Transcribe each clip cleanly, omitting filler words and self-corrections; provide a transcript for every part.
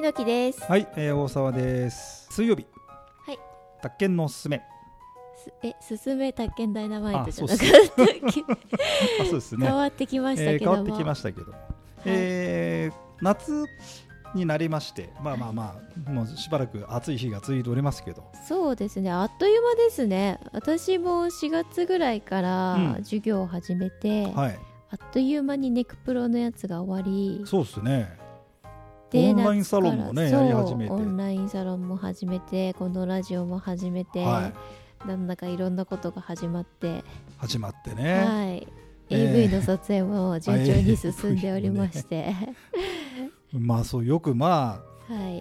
のきです。 はい、大沢です。水曜日、 はい、 宅建のおすすめ。 すすめ宅建ダイナマイトじゃなかそったっけあ、そうですね。 変わってきましたけども、 変わってきましたけども、夏になりまして、まあもうしばらく暑い日が続いておりますけど、 そうですね、あっという間ですね。私も4月ぐらいから授業を始めて、 はい、 あっという間にネクプロのやつが終わり、 そうですね。 でオンラインサロンもねそうやり始めて、 オンラインサロンも始めて、このラジオも始めて、なんだかいろんなことが始まってね、はい、AV の撮影も順調に進んでおりまして、 まあそうよくはい、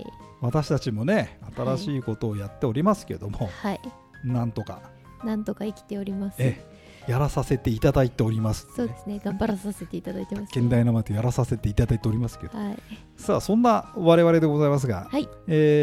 私たちもね新しいことをやっておりますけども、 はい、 なんとか生きております。 やらさせていただいております、ね、 そうですね、頑張らさせていただいてます、ね、 現代生でやらさせていただいておりますけど、 はい、 さあそんな我々でございますが、 はい、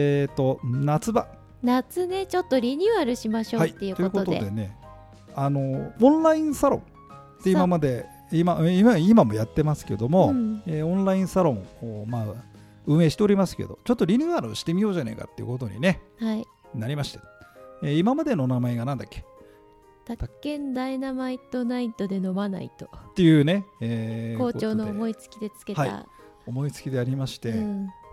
夏ね、ちょっとリニューアルしましょうっていうことで、 ということでね、オンラインサロンって今まで今もやってますけども、オンラインサロンを運営しておりますけど、ちょっとリニューアルしてみようじゃねえかっていうことにね、なりまして、今までの名前がなんだっけ、 宅建ダイナマイトナイトで飲まないとっていうね、 校長の思いつきでつけた、 思いつきでありまして、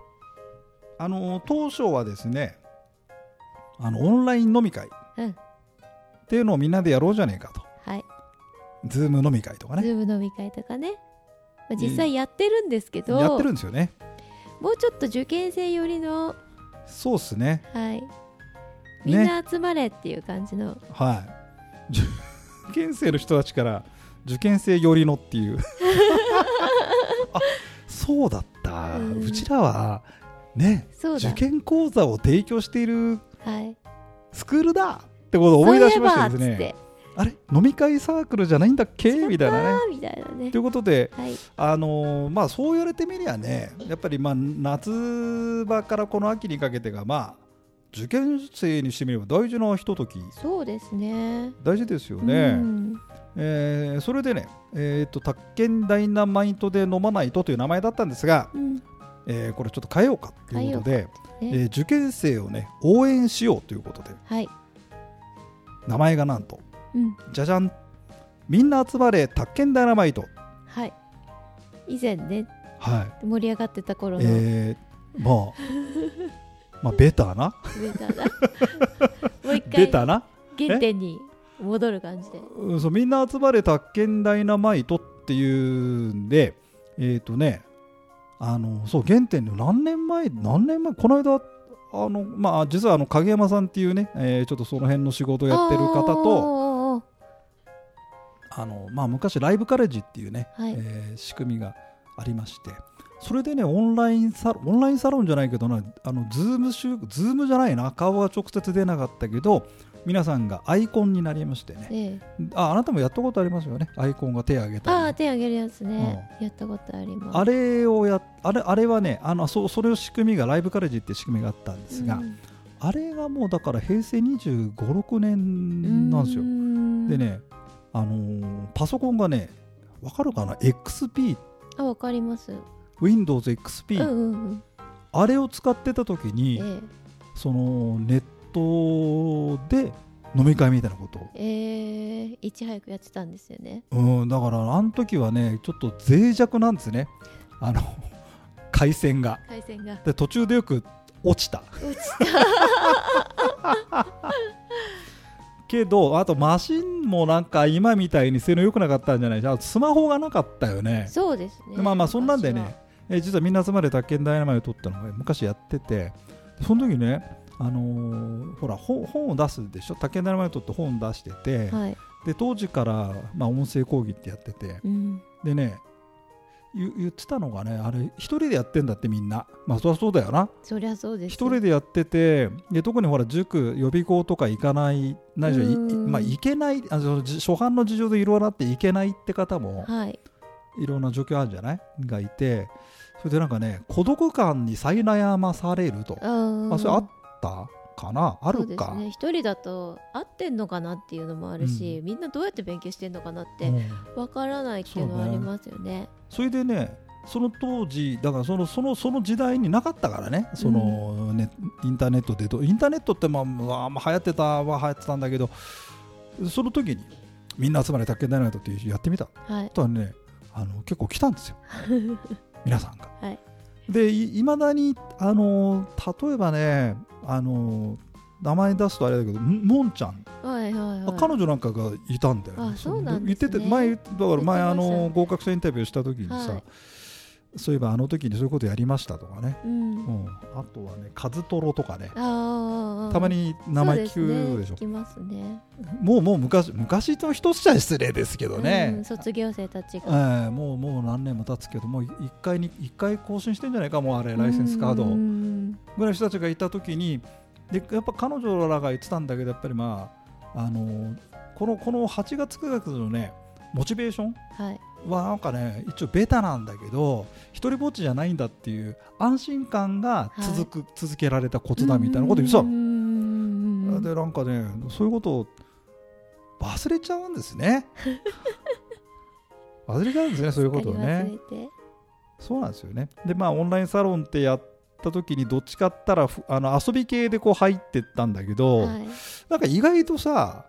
当初はですね、オンライン飲み会っていうのをみんなでやろうじゃねえかと、ズーム飲み会とかね、 ズーム飲み会とかね、実際やってるんですけど、 やってるんですよね。 もうちょっと受験生寄りの、 そうっすね、 みんな集まれっていう感じの、 受験生の人たちから受験生寄りのっていうあ、そうだった、うちらはね、受験講座を提供しているスクールだってことを思い出しましてですね、あれ飲み会サークルじゃないんだっけみたいなね。ということで、そう言われてみりゃね、やっぱり夏場からこの秋にかけてが受験生にしてみれば大事なひととき、そうですね、大事ですよね。それでね、宅建ダイナマイトで飲まないとという名前だったんですが、これちょっと変えようかということで、受験生をね応援しようということで、名前がなんと、じゃじゃん、みんな集まれ宅建ダイナマイト。以前ね、盛り上がってた頃の、 ベタなもう一回ベタな原点に戻る感じで、 そう、みんな集まれ宅建ダイナマイトっていうんで、そう、原点の何年前この間実は影山さんっていうね、ちょっとその辺の仕事をやってる方と、昔ライブカレッジっていうね、仕組みがありまして、それでね、オンラインサロンじゃないけどな、ズームじゃないな、顔が直接出なかったけど皆さんがアイコンになりましてね、あなたもやったことありますよね、アイコンが手を挙げたり、 手を挙げるやつね、やったことあります。 あれはね、それを仕組みがライブカレッジって仕組みがあったんですが、あれがもうだから平成25、6年なんですよ。でね、パソコンがね、わかるかな、 XP、 わかります、 Windows XP、あれを使ってた時に、そのネットで飲み会みたいなことを、 いち早くやってたんですよね。 だからあの時はね、ちょっと脆弱なんですね、回線がで、途中でよく落ちたけど、あとマシンもなんか今みたいに性能良くなかったんじゃないし、あとスマホがなかったよね。そうですね。そんなんでね、実はみんな集まれ宅建ダイナマイトってのが昔やってて、その時ね、ほら本を出すでしょ、宅建ダイナマイトって本出してて、で当時から音声講義ってやってて、でね、言ってたのがね、あれ一人でやってんだって、みんな。そりゃそうだよな。そりゃそうです。一人でやってて、で特にほら塾予備校とか行かないないし行けない、初版の事情でいろいろあって行けないって方も、いろんな状況あるんじゃないがいて、それでなんかね、孤独感に苛まされると、それあったかな、あるか。そうですね、一人だと合ってんのかなっていうのもあるし、みんなどうやって勉強してんのかなってわからないっていうのはありますよね。それでね、 その当時だからその時代になかったからね、そのね、インターネットでインターネットってまあ流行ってたんだけど、その時にみんな集まれ宅建ダイナマイトっていうやってみた、はい、とはね結構来たんですよ皆さんが、はい、でいまだに例えばね名前出すとあれだけどもんちゃん、はいはいはい、彼女なんかがいたんだよ、ね、 そうなんですね。 言ってて前合格者インタビューした時にさ、はい、そういえばあの時にそういうことやりましたとかね、あとはねカズトロとかね、たまに名前聞くでしょ。 聞きますね。 もう昔の人しちゃ失礼ですけどね、 卒業生たちが、 もう何年も経つけどもう1回更新してんじゃないか、もうあれライセンスカードぐらいの人たちがいた時に、でやっぱ彼女らが言ってたんだけど、やっぱりまあこの8月9月のねモチベーションはなんかね、一応ベタなんだけど一人ぼっちじゃないんだっていう安心感が続けられたコツだみたいなこと言ってたの。でなんかね、そういうことを忘れちゃうんですね忘れちゃうんですね、そういうことをね。そうなんですよね。でまあオンラインサロンってやった時にどっちかったら遊び系でこう入ってったんだけど、なんか意外とさ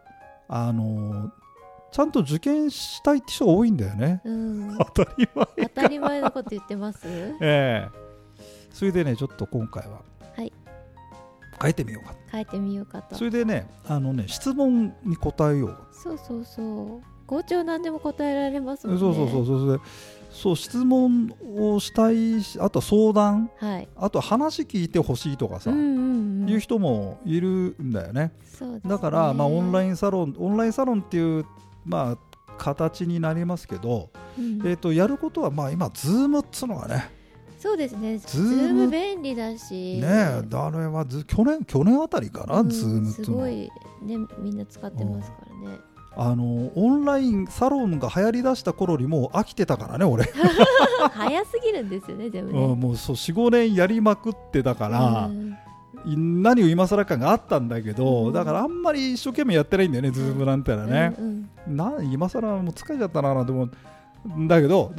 ちゃんと受験したいって人が多いんだよね、当たり前のこと言ってますそれでねちょっと今回は変えてみようかと。それでね質問に答えよう。 そう校長何でも答えられますもんね。 そう質問をしたいし、あと相談、あと話聞いてほしいとかさ、いう人もいるんだよね。だからまあオンラインサロンっていうまあ形になりますけど、やることはまあ今ズームっつうのがね。 そうですね。ズーム便利だし。 ねえ、あれは去年あたりかな、ズームっていうのは。 すごいね、みんな使ってますからね。 オンラインサロンが流行りだした頃にもう飽きてたからね俺早すぎるんですよね、でもね。 もうそう 4,5 年やりまくってたから、何を今更感があったんだけど、だからあんまり一生懸命やってないんだよね、ズームなんてのはね。今更もう疲れちゃったななんて思うんだけど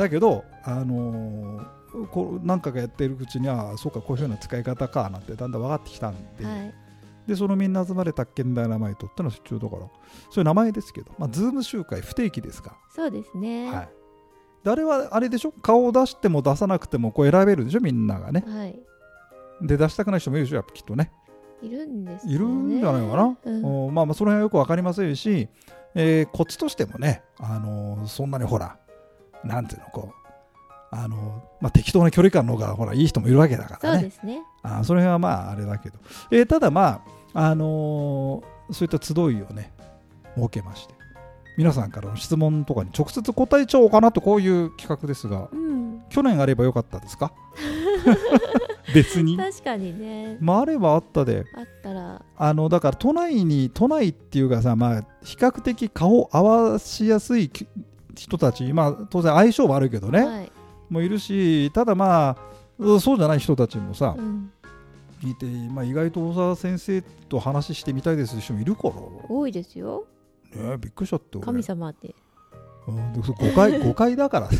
何回かやってるうちにはそうか、こういうふうな使い方かなんてだんだん分かってきたんで、でそのみんな集まれ宅建ダイナマイトってのは出張だから、そういう名前ですけど、ズーム集会不定期ですか。 そうですね。 であれはあれでしょ、顔を出しても出さなくてもこう選べるでしょ、みんながね。で出したくない人もいるでしょ、やっぱきっとね。 いるんですよね。 いるんじゃないかな。その辺はよく分かりませんし、こっちとしてもね、そんなにほらなんていうのこう適当な距離感の方がほらいい人もいるわけだからね。 そうですね。 その辺はまああれだけど、ただまあそういった集いをね設けまして、皆さんからの質問とかに直接答えちゃおうかなと、こういう企画ですが、去年あればよかったですか別に確かにね、 あればあったで、 あったらだから都内っていうかさ、比較的顔合わしやすい人たち、当然相性もあるけどね、もいるし、ただそうじゃない人たちもさ、聞いて、意外と大沢先生と話してみたいですって人もいるから。 多いですよ。 びっくりしちゃって。 神様って。 誤解だから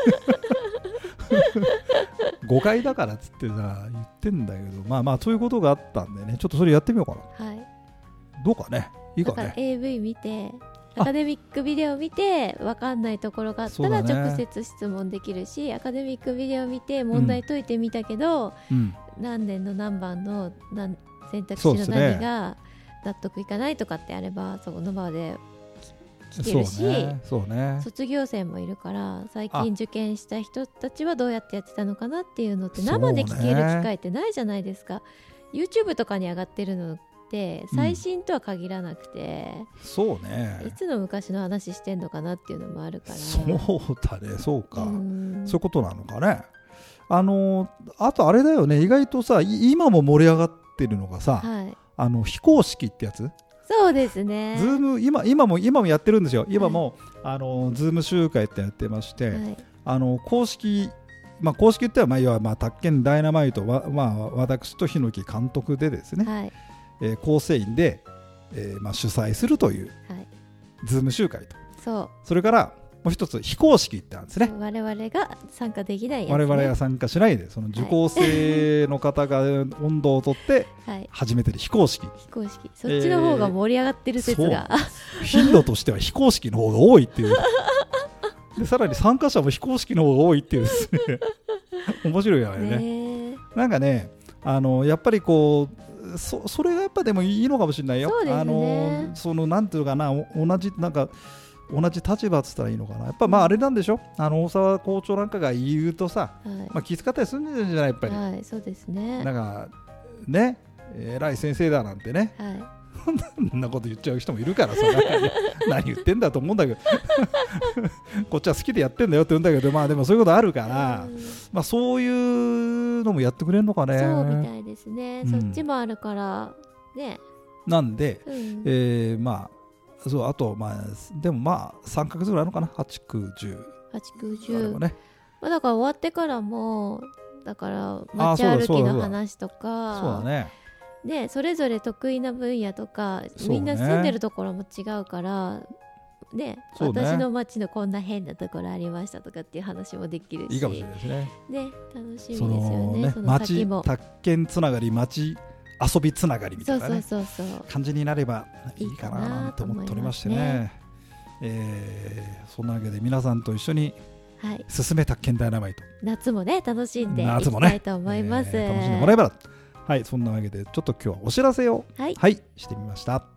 誤解だからっつってさ言ってんだけど、そういうことがあったんでね、ちょっとそれやってみようかな。どうかね、いいかね。 だから AV 見て、アカデミックビデオ見て分かんないところがあったら直接質問できるし、アカデミックビデオ見て問題解いてみたけど、何年の何番の選択肢の何が納得いかないとかってあれば、その場で聞けるし、卒業生もいるから、最近受験した人たちはどうやってやってたのかなっていうのって生で聞ける機会ってないじゃないですか。YouTube とかに上がってるのって最新とは限らなくて、いつの昔の話してんのかなっていうのもあるから。 そうだね、そうか、そういうことなのかね。あとあれだよね、意外とさ今も盛り上がってるのがさ、非公式ってやつ。 そうですね。 ズーム今もやってるんですよ。今も、ズーム集会ってやってまして、公式公式っては要は宅建ダイナマイトは私と檜監督でですね、構成員で、主催するという、ズーム集会と、それから、 もう一つ非公式ってあるんですね。 我々が参加できないやつ、ね、 我々が参加しないで、その受講生の方が温度を取って始めてる非公式、 非公式、そっちの方が盛り上がってる説が、 頻度としては非公式の方が多いっていうでさらに参加者も非公式の方が多いっていうですね面白いよね。なんかね、やっぱりこうそれがやっぱでもいいのかもしれないよ。 そうですね。 なんていうかな、同じ立場っつったらいいのかな。やっぱまああれなんでしょ、大沢校長なんかが言うとさ、まあ、気遣ったりするんじゃないやっぱり、 はい、そうですね。 なんかね、偉い先生だなんてね、そんなこと言っちゃう人もいるからさ、何言ってんだと思うんだけどこっちは好きでやってんだよって言うんだけど、まあでもそういうことあるから、まあ、そういうのもやってくれるのかね。 そうみたいですね、そっちもあるからね。 なんで、まあそう、あとまあでもまあ3ヶ月ぐらいあるのかな、8、9、10、 ね、まあ、だから終わってからもだから街歩きの話とか、 そうだね、 でそれぞれ得意な分野とか、みんな住んでるところも違うからね、私の街のこんな変なところありましたとかっていう話もできるし、 いいかもしれないですね。 ね、楽しみですよね。その先も宅建つながり、街遊びつながりみたいな、ね、 そう感じになればいいかななんて思っておりましてね。そんなわけで皆さんと一緒に進め宅建ダイナマイト、 夏もね楽しんでいきたいと思います。 楽しんでもらえば、はい、そんなわけでちょっと今日はお知らせを、はい、してみました。